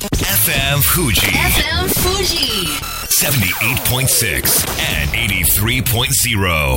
FM Fuji 78.6 and 83.0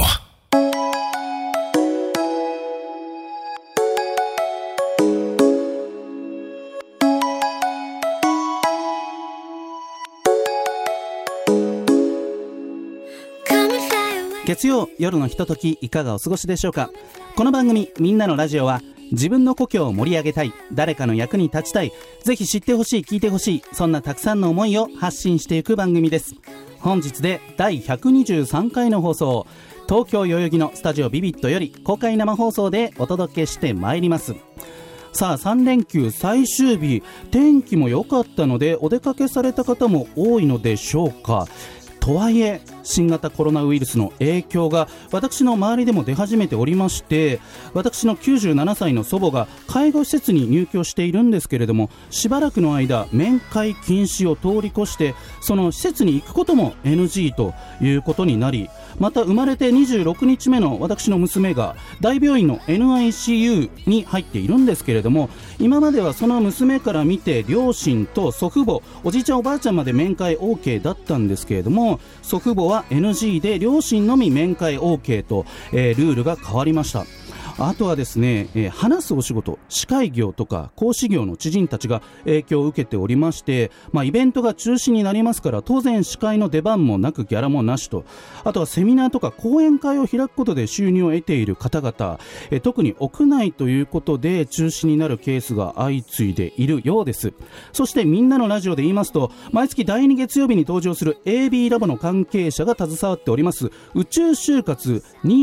月曜夜のひとときいかがお過ごしでしょうか。この番組みんなのラジオは自分の故郷を盛り上げたい、誰かの役に立ちたい、ぜひ知ってほしい、聞いてほしい、そんなたくさんの思いを発信していく番組です。本日で第123回の放送、東京代々木のスタジオビビットより公開生放送でお届けしてまいります。さあ3連休最終日、天気も良かったのでお出かけされた方も多いのでしょうか。とはいえ新型コロナウイルスの影響が私の周りでも出始めておりまして、私の97歳の祖母が介護施設に入居しているんですけれども、しばらくの間面会禁止を通り越してその施設に行くことも NG ということになり、また生まれて26日目の私の娘が大病院の NICU に入っているんですけれども、今まではその娘から見て両親と祖父母、おじいちゃんおばあちゃんまで面会 OK だったんですけれども、祖父母は NG で両親のみ面会 OK と、ルールが変わりました。あとはですね、話すお仕事、司会業とか講師業の知人たちが影響を受けておりまして、イベントが中止になりますから当然司会の出番もなくギャラもなしと、あとはセミナーとか講演会を開くことで収入を得ている方々、特に屋内ということで中止になるケースが相次いでいるようです。そしてみんなのラジオで言いますと、毎月第2月曜日に登場する AB ラボの関係者が携わっております宇宙就活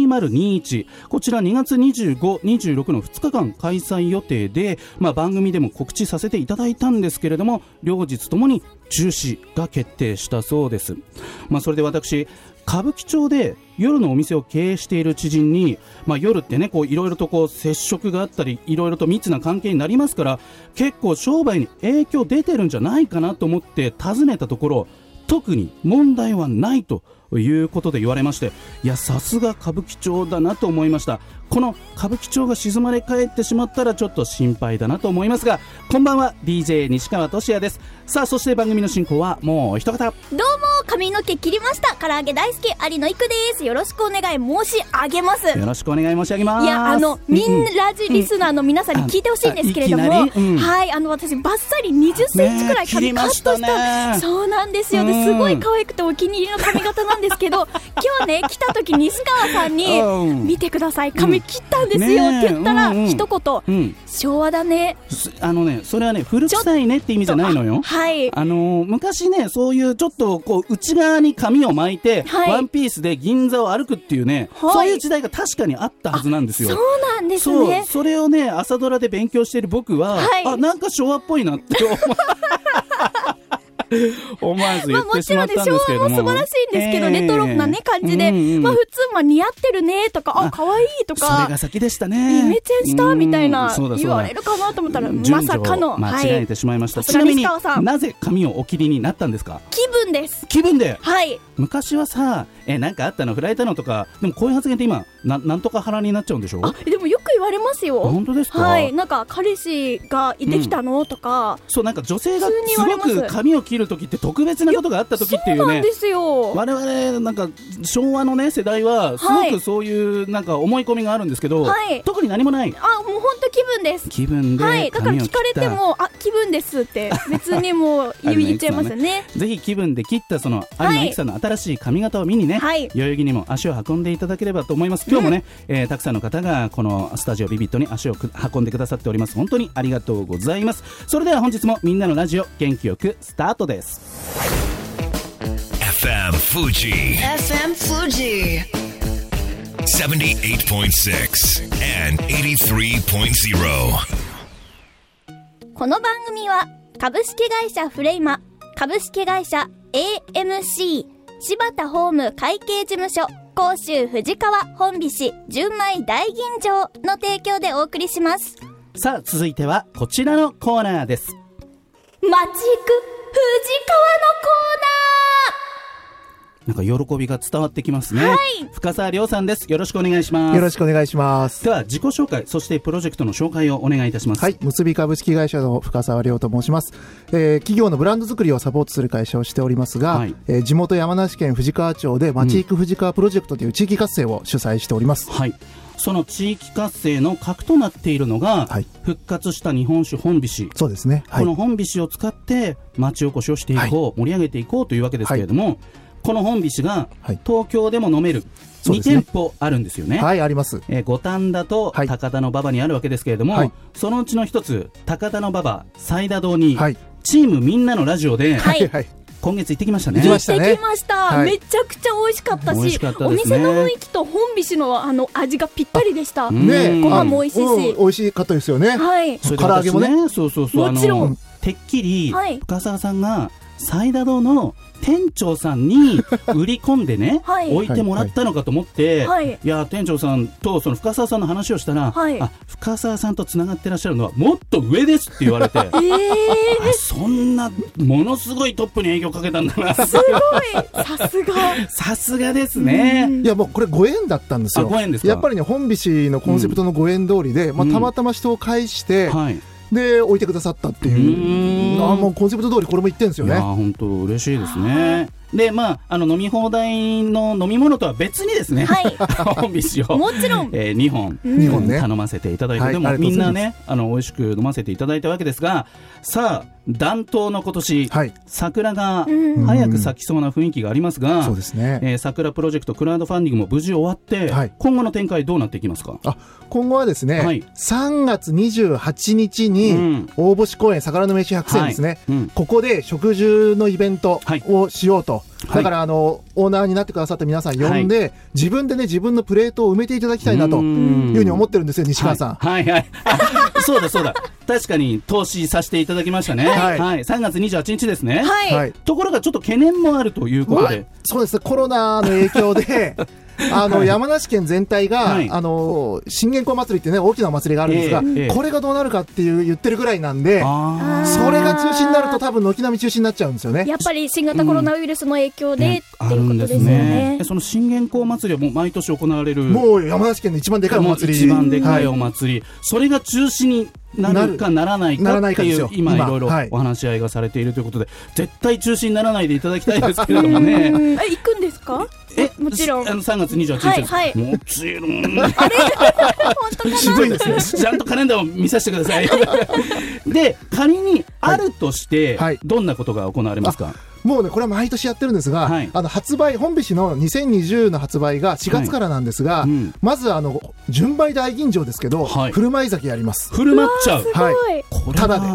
2021、こちら2月25、26の2日間開催予定で、番組でも告知させていただいたんですけれども、両日ともに中止が決定したそうです。それで私、歌舞伎町で夜のお店を経営している知人に、夜ってね、いろいろと接触があったり、いろいろと密な関係になりますから、結構商売に影響出てるんじゃないかなと思って尋ねたところ、特に問題はないということで言われまして、いや、さすが歌舞伎町だなと思いました。この歌舞伎町が静まり返ってしまったらちょっと心配だなと思いますが、こんばんは、 DJ 西川俊也です。さあ、そして番組の進行はもう一方。どうも、髪の毛切りました唐揚げ大好き有野いくです。よろしくお願い申し上げます。 よろしくお願い申し上げます。 いや、みんなラジリスナーの皆さんに聞いてほしいんですけれども、はい、私バッサリ20センチくらい髪カットした、そうなんですよ。ですごい可愛くてお気に入りの髪型なんですけど今日ね、来た時西川さんに見てください、髪切ったんですよって言ったら、一言、昭和だね。 それはね、古臭いねって意味じゃないのよ。 はい、 昔ね、そういうちょっと内側に髪を巻いて、ワンピースで銀座を歩くっていうね、そういう時代が確かにあったはずなんですよ。 そうなんですね。 それをね、朝ドラで勉強している僕は、なんか昭和っぽいなって思わず言ってしまったんですけれども、 もちろんね、昭和も素晴らしいんですけど、レトロなね感じで、普通似合ってるねとか、可愛いとか、 それが先でしたね。 イメチェンしたみたいな言われるかなと思ったら、まさかの間違えてしまいました。ちなみになぜ髪をお切りになったんですか？ 気分です。 気分で。 はい。 昔はさ、なんかあったの、振られたのとか、でもこういう発言って今なんとか腹になっちゃうんでしょ？ でもよく言われますよ。 本当ですか？ はい。なんか彼氏がいてきたのとか、 そう、なんか女性がすごく髪を切るときって特別なことがあったときっていうね。 そうなんですよ。 我々なんか昭和のね世代はすごくそういうなんか思い込みがあるんですけど、特に何もない。 もう本当気分です。 気分で髪を切った。 だから聞かれても気分ですって別にもう言っちゃいますね。 ぜひ気分で切ったその有野いくさんの新しい髪型を見にね、代々木にも足を運んでいただければと思います。今日もね、たくさんの方がこのスタジオビビットに足を運んでくださっております。本当にありがとうございます。それでは本日もみんなのラジオ元気よくスタートです。 FM Fuji 78.6 and 83.0。 この番組は株式会社フレイマ、株式会社 AMC、 柴田ホーム会計事務所、甲州藤川本菱純米大吟醸の提供でお送りします。 さあ、続いてはこちらのコーナーです。 街行く藤川のコーナー。 なんか喜びが伝わってきますね。深澤亮さんです。よろしくお願いします。 よろしくお願いします。 では自己紹介、そしてプロジェクトの紹介をお願いいたします。 はい、結び株式会社の深澤亮と申します。企業のブランド作りをサポートする会社をしておりますが、地元山梨県富士川町でまちいく富士川プロジェクトという地域活性を主催しております。 はい、その地域活性の核となっているのが、復活した日本酒本菱。 そうですね。 この本菱を使って町おこしをしていこう、盛り上げていこうというわけですけれども、この本菱が東京でも飲める2店舗あるんですよね。 はい、あります。 五反田と高田馬場にあるわけですけれども、そのうちの一つ高田馬場斉田堂に、チームみんなのラジオで、今月行ってきましたね。 行ってきました、めちゃくちゃ美味しかったし、お店の雰囲気と本菱の味がぴったりでした。ご飯も美味しいし、 美味しかったですよね。 はい、 それで唐揚げもね、 もちろんてっきり深澤さんが斉田堂の店長さんに売り込んでね、置いてもらったのかと思って、いや店長さんとその深澤さんの話をしたら、深澤さんとつながってらっしゃるのはもっと上ですって言われて、そんなものすごいトップに営業かけたんだな。 すごい、さすがですね。 いやもうこれご縁だったんですよ。 ご縁ですか。 やっぱりね、本菱のコンセプトのご縁通りで、たまたま人を介して、で置いてくださったっていう、もうコンセプト通りこれも言ってるんですよね。 本当嬉しいですね。で飲み放題の飲み物とは別にですね、本菱をもちろん 2本頼ませていただいて、でもみんなね美味しく飲ませていただいたわけですが、さあ暖冬の今年、桜が早く咲きそうな雰囲気がありますが、 そうですね、 桜プロジェクトクラウドファンディングも無事終わって、今後の展開どうなっていきますか。 今後はですね、3月28日に大星公園桜の飯100選ですね、ここで食事のイベントをしようと、だからオーナーになってくださった皆さん呼んで、自分でね自分のプレートを埋めていただきたいなというふうに思ってるんですよ、西川さん。 そうだ確かに投資させていただきましたね。3月28日ですね。ところがちょっと懸念もあるということで、 そうですね、コロナの影響で山梨県全体が、信玄公祭りってね大きなお祭りがあるんですが、これがどうなるかっていう言ってるぐらいなんで、それが中止になると多分軒並み中止になっちゃうんですよね。 やっぱり新型コロナウイルスの影響で、っていうことですよね。 その信玄公祭りはもう毎年行われる、 もう山梨県の一番でかいお祭り、 一番でかいお祭り、それが中止になるかならないかっていう、今いろいろお話し合いがされているということで、絶対中止にならないでいただきたいですけれどもね。 行くんですか。もちろん 3月28日です。もちろん。 本当かな。 渋いですね。ちゃんとカレンダーを見させてください。で、仮にあるとしてどんなことが行われますか。 もうねこれは毎年やってるんですが、発売本菱の2020の発売が4月からなんですが、まず純米大吟醸ですけど、振る舞い酒やります。 振る舞っちゃう。 ただで。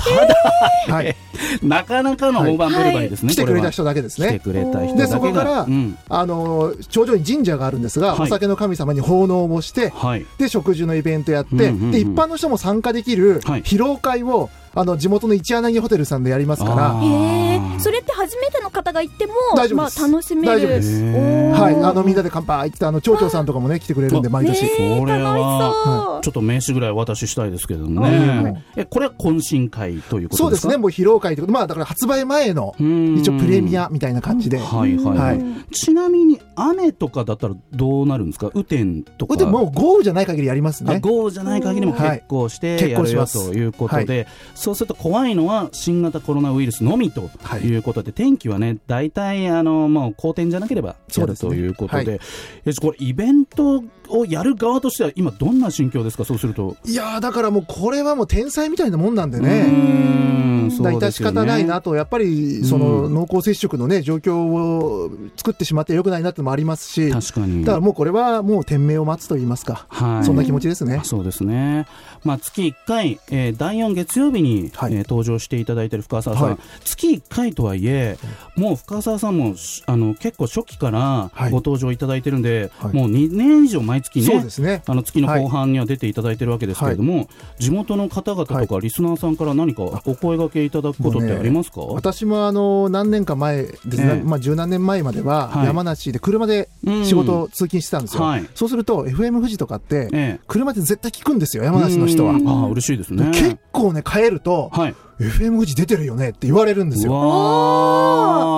なかなかの大盤振る舞いですね。 来てくれた人だけですね。 来てくれた人だけが。 でそこから頂上に神社があるんですが、お酒の神様に奉納をして、で食事のイベントやって、で一般の人も参加できる披露会を地元の一柳ホテルさんでやりますから。 それって初めての方が行っても大丈夫です。 楽しめる。 大丈夫です。みんなで乾杯って町長さんとかもね来てくれるんで毎年。 それはちょっと名刺ぐらいお渡ししたいですけどね。これは懇親会ということですか。 そうですね、もう披露会ということ、だから発売前の一応プレミアみたいな感じで。 ちなみに雨とかだったらどうなるんですか。雨天とか。 でも豪雨じゃない限りやりますね。 豪雨じゃない限りも結構してやるよということで、そうすると怖いのは新型コロナウイルスのみということで、天気はね大体もう好天じゃなければやるということで、これイベントをやる側としては今どんな心境ですか。そうするとだからもうこれはもう天才みたいなもんなんでね、致し方ないなと。やっぱりその濃厚接触のね状況を作ってしまって良くないなってのもありますし、 確かに。 だからもうこれはもう天命を待つと言いますか、そんな気持ちですね。 そうですね。月1回、第4月曜日に、登場していただいている深澤さん、月1回とはいえもう深澤さんも結構初期からご登場いただいてるんで、もう2年以上毎月ね、月の後半には出ていただいてるわけですけれども、地元の方々とかリスナーさんから何かお声掛けいただくことってありますか。 私も何年か前ですね、十何年前までは山梨で車で仕事通勤してたんですよ。そうすると FM 富士とかって車で絶対聞くんですよ、山梨の人は。 嬉しいですね。 結構ね帰ると、FM 富士出てるよねって言われるんですよ。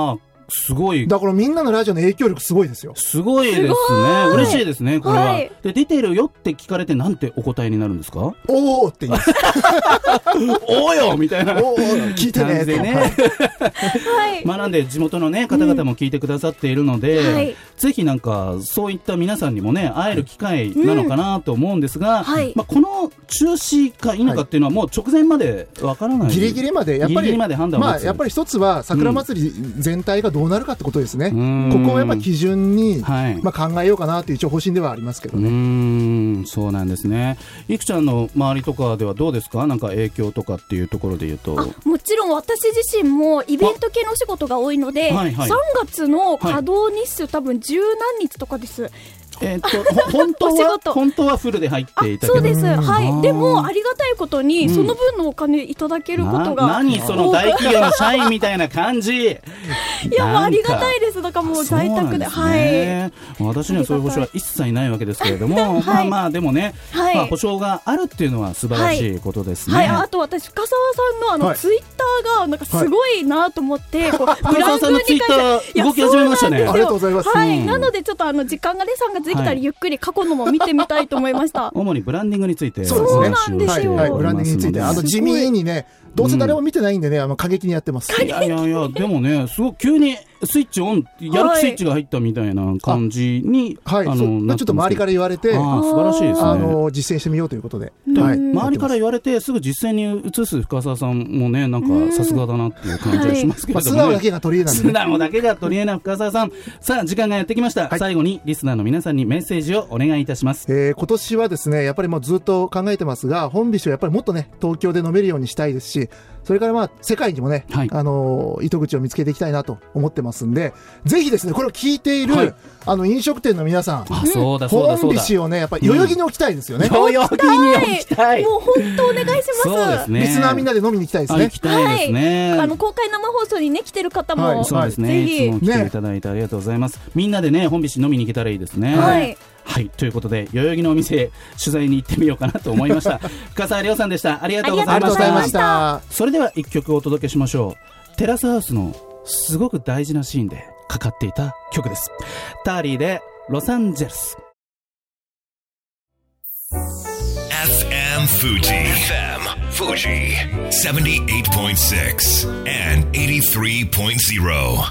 すごい。 だからみんなのラジオの影響力すごいですよ。 すごいですね。嬉しいですね、これは。はい、で、出てるよって聞かれてなんてお答えになるんですか？ おーって言います。 おーよみたいな。 おー聞いてねってね。 はい。 まあなんで地元のね、方々も聞いてくださっているので、はい、ぜひなんかそういった皆さんにもね、会える機会なのかなと思うんですが、はい、まあこの中止か否かっていうのはもう直前までわからない。 ギリギリまで、やっぱり、 ギリギリまで判断を待つ。 まあやっぱり一つは桜祭り全体がどうなるかってことですね。ここをやっぱ基準に、はい、まあ考えようかなという一応方針ではありますけどね。 そうなんですね。いくちゃんの周りとかではどうですか？なんか影響とかっていうところで言うと。 もちろん私自身もイベント系のお仕事が多いので、はいはい、3月の稼働日数、多分十何日とかです。 本当はフルで入っていたけど。 そうです、はい。でもありがたいことに、その分のお金いただけることが、 何その大企業の社員みたいな感じ。 いや、もうありがたいです。だからもう在宅で、はい。 私にはそういう保証は一切ないわけですけれども、まあまあでもね、まあ保証があるっていうのは素晴らしいことですね。 はい。あと私深澤さんのツイッターがなんかすごいなと思って、 深澤さんのツイッター動き始めましたね。 ありがとうございます。 はい。なのでちょっと時間がね3月できたらゆっくり過去のも見てみたいと思いました。 主にブランディングについて。 そうなんですよ。 ブランディングについて地味にね、どうせ誰も見てないんでね、過激にやってます。 いやいやいや、でもね、すごく急にスイッチオン、やる気スイッチが入ったみたいな感じに、 はい、ちょっと周りから言われて、 素晴らしいですね。 実践してみようということで。 周りから言われて、すぐ実践に移す深澤さんもね、なんかさすがだなっていう感じはしますけれども、 素直だけが取り柄なんで。 素直だけが取り柄な深澤さん。さあ、時間がやってきました。最後にリスナーの皆さんにメッセージをお願いいたします。 今年はですね、やっぱりもうずっと考えてますが、本菱をやっぱりもっとね、東京で飲めるようにしたいですし、それからまあ世界にもね、糸口を見つけていきたいなと思ってますんで、ぜひですね、これを聞いている、飲食店の皆さん、本菱をね、やっぱり代々木に置きたいですよね。 代々木に置きたい。 もう本当お願いします。 そうですね。 リスナーみんなで飲みに行きたいですね。 行きたいですね。 公開生放送にね来てる方も、 そうですね。いつも来ていただいてありがとうございます。みんなでね、本菱飲みに行けたらいいですね。はい、ということで代々木のお店取材に行ってみようかなと思いました。深澤亮さんでした。ありがとうございました。それでは一曲お届けしましょう。テラスハウスのすごく大事なシーンでかかっていた曲です。ターリーでロサンゼルス。 FM Fuji 78.6 and 83.0。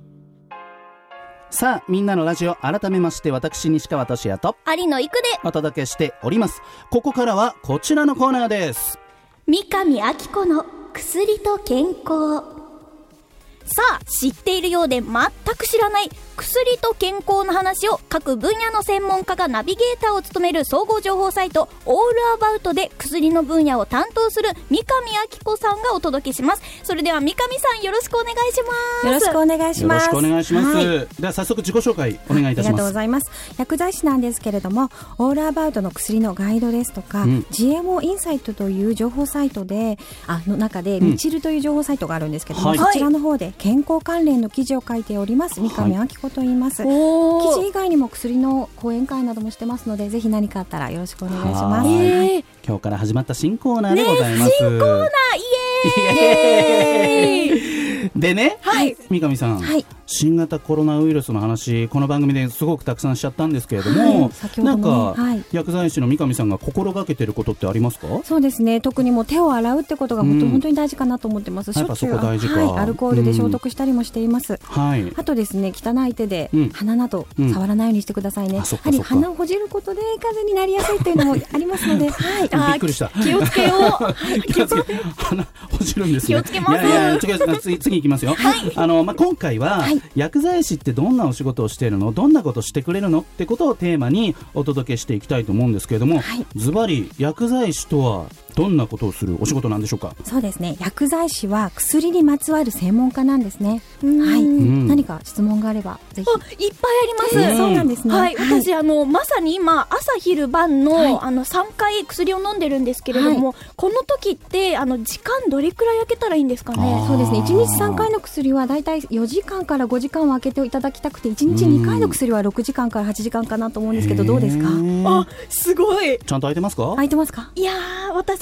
さあ、みんなのラジオ、改めまして私西川俊也と有野育でお届けしております。ここからはこちらのコーナーです。 三上明子の薬と健康。さあ、知っているようで全く知らない薬と健康の話を各分野の専門家がナビゲーターを務める総合情報サイトオールアバウトで薬の分野を担当する三上明子さんがお届けします。それでは三上さん、よろしくお願いします。 よろしくお願いします。 よろしくお願いします、では早速自己紹介お願いいたします。 ありがとうございます。薬剤師なんですけれども、オールアバウトの薬のガイドですとか、GMO インサイトという情報サイトでの中でミチルという情報サイトがあるんですけども、そちらの方で健康関連の記事を書いております三上明子と言います。記事以外にも薬の講演会などもしてますので、ぜひ何かあったらよろしくお願いします。 今日から始まった新コーナーでございます。 新コーナー、イエーイでね、三上さん、新型コロナウイルスの話、この番組ですごくたくさんしちゃったんですけれども、なんか、薬剤師の三上さんが心がけてることってありますか？ そうですね、特にもう手を洗うってことが本当に大事かなと思ってます。しょっちゅうアルコールで消毒したりもしています。あとですね、汚い手で鼻など触らないようにしてくださいね。やはり鼻をほじることで風邪になりやすいっていうのもありますので、びっくりした。 気をつけよう。 気をつけ、鼻ほじるんですね。 気をつけます。 いや次いきますよ。今回は薬剤師ってどんなお仕事をしているの、どんなことしてくれるのってことをテーマにお届けしていきたいと思うんですけれども、ズバリ薬剤師とはどんなことをするお仕事なんでしょうか？ そうですね、薬剤師は薬にまつわる専門家なんですね。何か質問があればぜひ。 いっぱいあります。 そうなんですね。 私まさに今朝昼晩の3回薬を飲んでるんですけれども、この時って時間どれくらい空けたらいいんですかね？ そうですね、1日3回の薬はだいたい4時間から5時間を空けていただきたくて、1日2回の薬は6時間から8時間かなと思うんですけど、どうですか？ すごい。 ちゃんと空いてますか？ 空いてますか？ いやー、私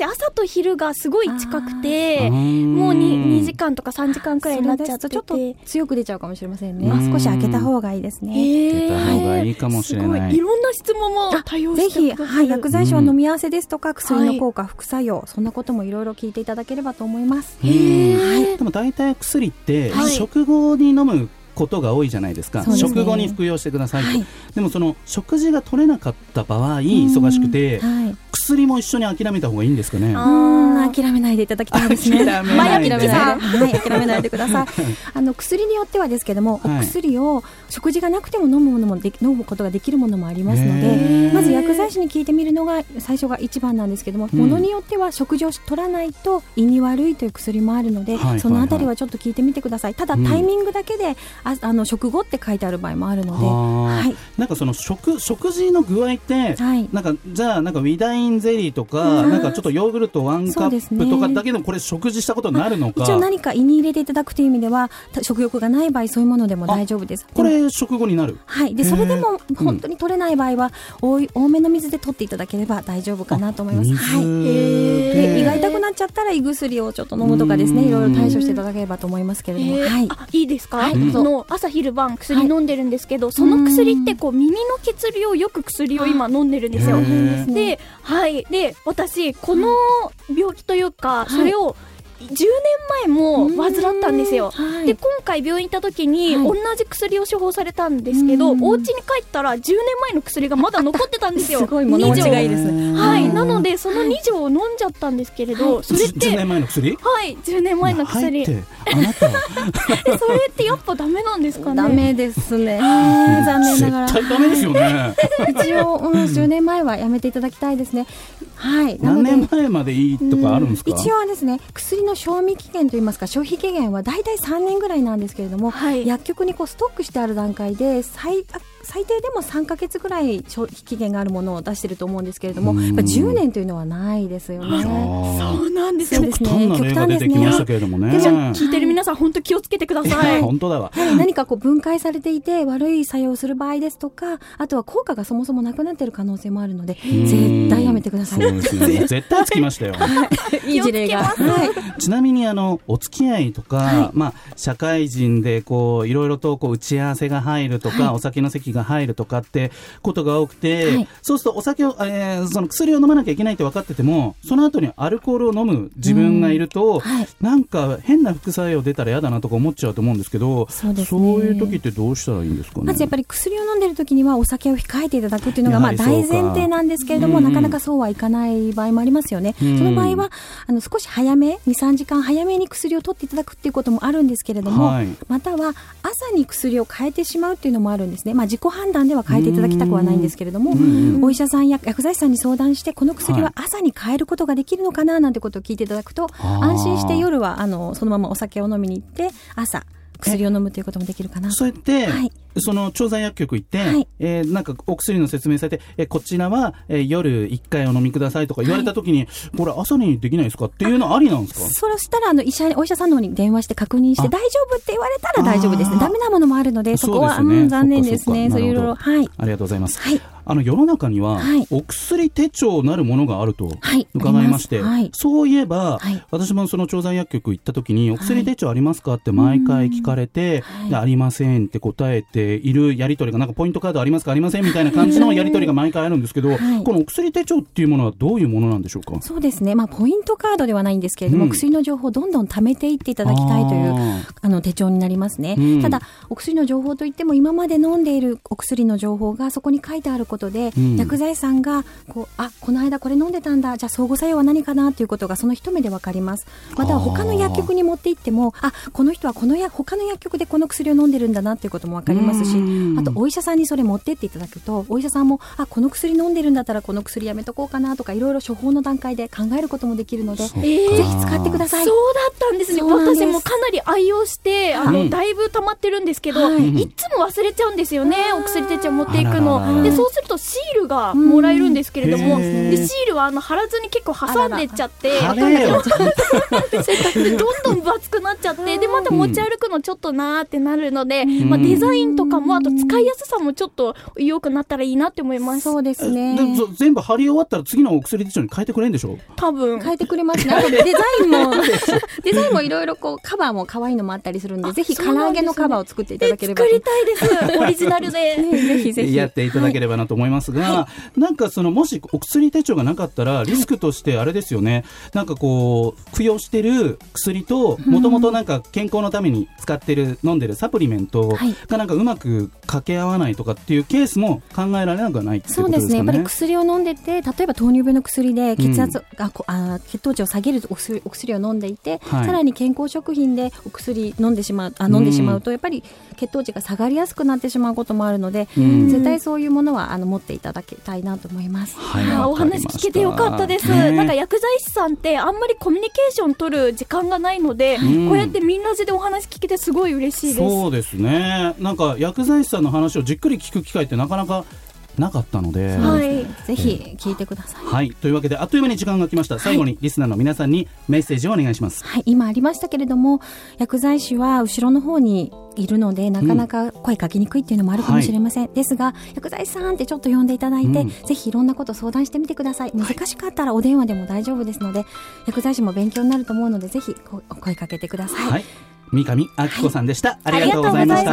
朝と昼がすごい近くて、もう 2時間とか3時間くらいになっちゃってて、 ちょっと強く出ちゃうかもしれませんね。少し開けた方がいいですね。 開けた方がいいかもしれない。 すごいいろんな質問も対応してくださる。 ぜひ、薬剤師は飲み合わせですとか、薬の効果、副作用、そんなこともいろいろ聞いていただければと思います。 でも大体薬って、食後に飲むことが多いじゃないですか。食後に服用してくださいと。でもその食事が取れなかった場合、忙しくて、薬も一緒に諦めた方がいいんですかね。 諦めないでいただきたいですね。 諦めないでください。薬によってはですけども、お薬を食事がなくても飲むものも飲むことができるものもありますので、まず薬剤師に聞いてみるのが最初が一番なんですけども、ものによっては食事を取らないと胃に悪いという薬もあるので、そのあたりはちょっと聞いてみてください。ただタイミングだけで食後って書いてある場合もあるので、 なんかその食事の具合って、なんかじゃあなんかウィダインゼリーとか、なんかちょっとヨーグルト1カップとかだけでもこれ食事したことになるのか。 一応何か胃に入れていただくという意味では、食欲がない場合そういうものでも大丈夫です。 これ食後になる。 でそれでも本当に取れない場合は多めの水で取っていただければ大丈夫かなと思います。胃が痛くなっちゃったら胃薬をちょっと飲むとかですね、いろいろ対処していただければと思いますけれども。 いいですか。朝昼晩薬飲んでるんですけど、その薬ってこう耳の血流をよく薬を今飲んでるんですよ。で私この病気というか、それを10年前も患ったんですよ。で今回病院行った時に同じ薬を処方されたんですけど、お家に帰ったら10年前の薬がまだ残ってたんですよ。 すごい物持ちがいいですね。 なのでその2錠を飲んじゃったんですけれど、それって 10年前の薬 10年前の薬あなたそれってやっぱダメなんですかね。 ダメですね。残念ながら絶対ダメですよね。 一応10年前はやめていただきたいですね。 何年前までいいとかあるんですか。 一応はですね、薬の賞味期限といいますか、消費期限はだいたい3年ぐらいなんですけれども、薬局にストックしてある段階で最低でも3ヶ月ぐらい消費期限があるものを出していると思うんですけれども、10年というのはないですよね。 そうなんですよ。 極端な例が出てきましたけれどもね。 でも聞いてる皆さん本当気をつけてください。 本当だわ。 何か分解されていて悪い作用をする場合ですとか、あとは効果がそもそもなくなっている可能性もあるので、絶対やめてください。 そうですね、絶対つきましたよ。 いい事例が。 ちなみにお付き合いとか、社会人でいろいろと打ち合わせが入るとか、お酒の席が入るとかってことが多くて、そうするとお酒を、その薬を飲まなきゃいけないって分かってても、その後にアルコールを飲む自分がいると、なんか変な副作用出たら嫌だなとか思っちゃうと思うんですけど、そういう時ってどうしたらいいんですかね。 まずやっぱり薬を飲んでる時にはお酒を控えていただくっていうのが大前提なんですけれども、なかなかそうはいかない場合もありますよね。その場合は少し早め、 2,3 時間早めに薬を取っていただくっていうこともあるんですけれども、または朝に薬を変えてしまうっていうのもあるんですね。自己判断では変えていただきたくはないんですけれども、お医者さんや薬剤師さんに相談して、この薬は朝に変えることができるのかななんてことを聞いていただくと、安心して夜はそのままお酒を飲みに行って朝薬を飲むということもできるかな。 そうやって、その調剤薬局行って、なんかお薬の説明されて、こちらは、夜1回お飲みくださいとか言われたときに、これ朝にできないですかっていうのはありなんですか。 そしたらお医者さんの方に電話して確認して大丈夫って言われたら大丈夫ですね。ダメなものもあるので、そこは残念ですね。そういういろいろ、ありがとうございます。世の中には、お薬手帳なるものがあると伺いまして、そういえば、私もその調剤薬局行った時に、お薬手帳ありますかって毎回聞かれて、ありませんって答えているやり取りが、なんかポイントカードありますかありませんみたいな感じのやり取りが毎回あるんですけど、このお薬手帳っていうものはどういうものなんでしょうか。 そうですね、ポイントカードではないんですけれども、薬の情報をどんどん貯めていっていただきたいという手帳になりますね。ただお薬の情報といっても、今まで飲んでいるお薬の情報がそこに書いてあることで、薬剤師さんがこの間これ飲んでたんだ、じゃあ相互作用は何かなということがその一目でわかります。または他の薬局に持って行っても、この人は他の薬局でこの薬を飲んでるんだなということもわかりますし、あとお医者さんにそれ持ってっていただくと、お医者さんもこの薬飲んでるんだったらこの薬やめとこうかなとか、いろいろ処方の段階で考えることもできるので、ぜひ使ってください。 そうだったんですね。私もかなり愛用してだいぶ溜まってるんですけど、いつも忘れちゃうんですよね、お薬手帳持っていくので。そうするとシールがもらえるんですけれども、でシールは貼らずに結構挟んでっちゃって、どんどん分厚くなっちゃって、でまた持ち歩くのちょっとなーってなるので、デザイン感とかも、あと使いやすさもちょっと良くなったらいいなって思います。 そうですね。 全部貼り終わったら次のお薬手帳に変えてくれるんでしょ？ 多分変えてくれますね。あとデザインもいろいろこうカバーも可愛いのもあったりするんで、ぜひ唐揚げのカバーを作っていただければと。 作りたいです。オリジナルで、 ぜひぜひやっていただければなと思いますが、なんかもしお薬手帳がなかったらリスクとしてあれですよね。なんかこう服用してる薬ともともとなんか健康のために使ってる飲んでるサプリメントがなんかうまく掛け合わないとかっていうケースも考えられなくはないっていうことですかね。 そうですね。やっぱり薬を飲んでて、例えば糖尿病の薬で血圧血糖値を下げるお薬を飲んでいて、さらに健康食品でお薬飲んでしまうとやっぱり血糖値が下がりやすくなってしまうこともあるので、絶対そういうものは持っていただきたいなと思います。 お話聞けてよかったです。なんか薬剤師さんってあんまりコミュニケーション取る時間がないので、こうやってみんなでお話聞けてすごい嬉しいです。 そうですね。なんか薬剤師さんの話をじっくり聞く機会ってなかなかなかったので、 ぜひ聞いてください。 はい、というわけであっという間に時間が来ました。最後にリスナーの皆さんにメッセージをお願いします。 はい、今ありましたけれども、薬剤師は後ろの方にいるのでなかなか声かけにくいっていうのもあるかもしれません、ですが薬剤師さんってちょっと呼んでいただいて、ぜひいろんなこと相談してみてください。難しかったらお電話でも大丈夫ですので、薬剤師も勉強になると思うので、ぜひお声かけてください。 三上明子さんでした、ありがとうございました。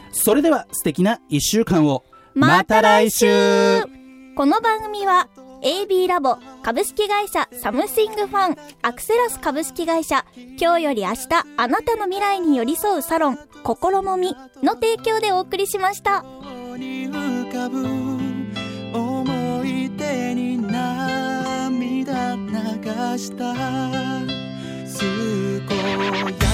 それでは素敵な1週間を。また来週。 この番組は AB ラボ株式会社サムシングファンアクセラス株式会社今日より明日あなたの未来に寄り添うサロン心もみの提供でお送りしました。 浮かぶ思い出に涙流した健や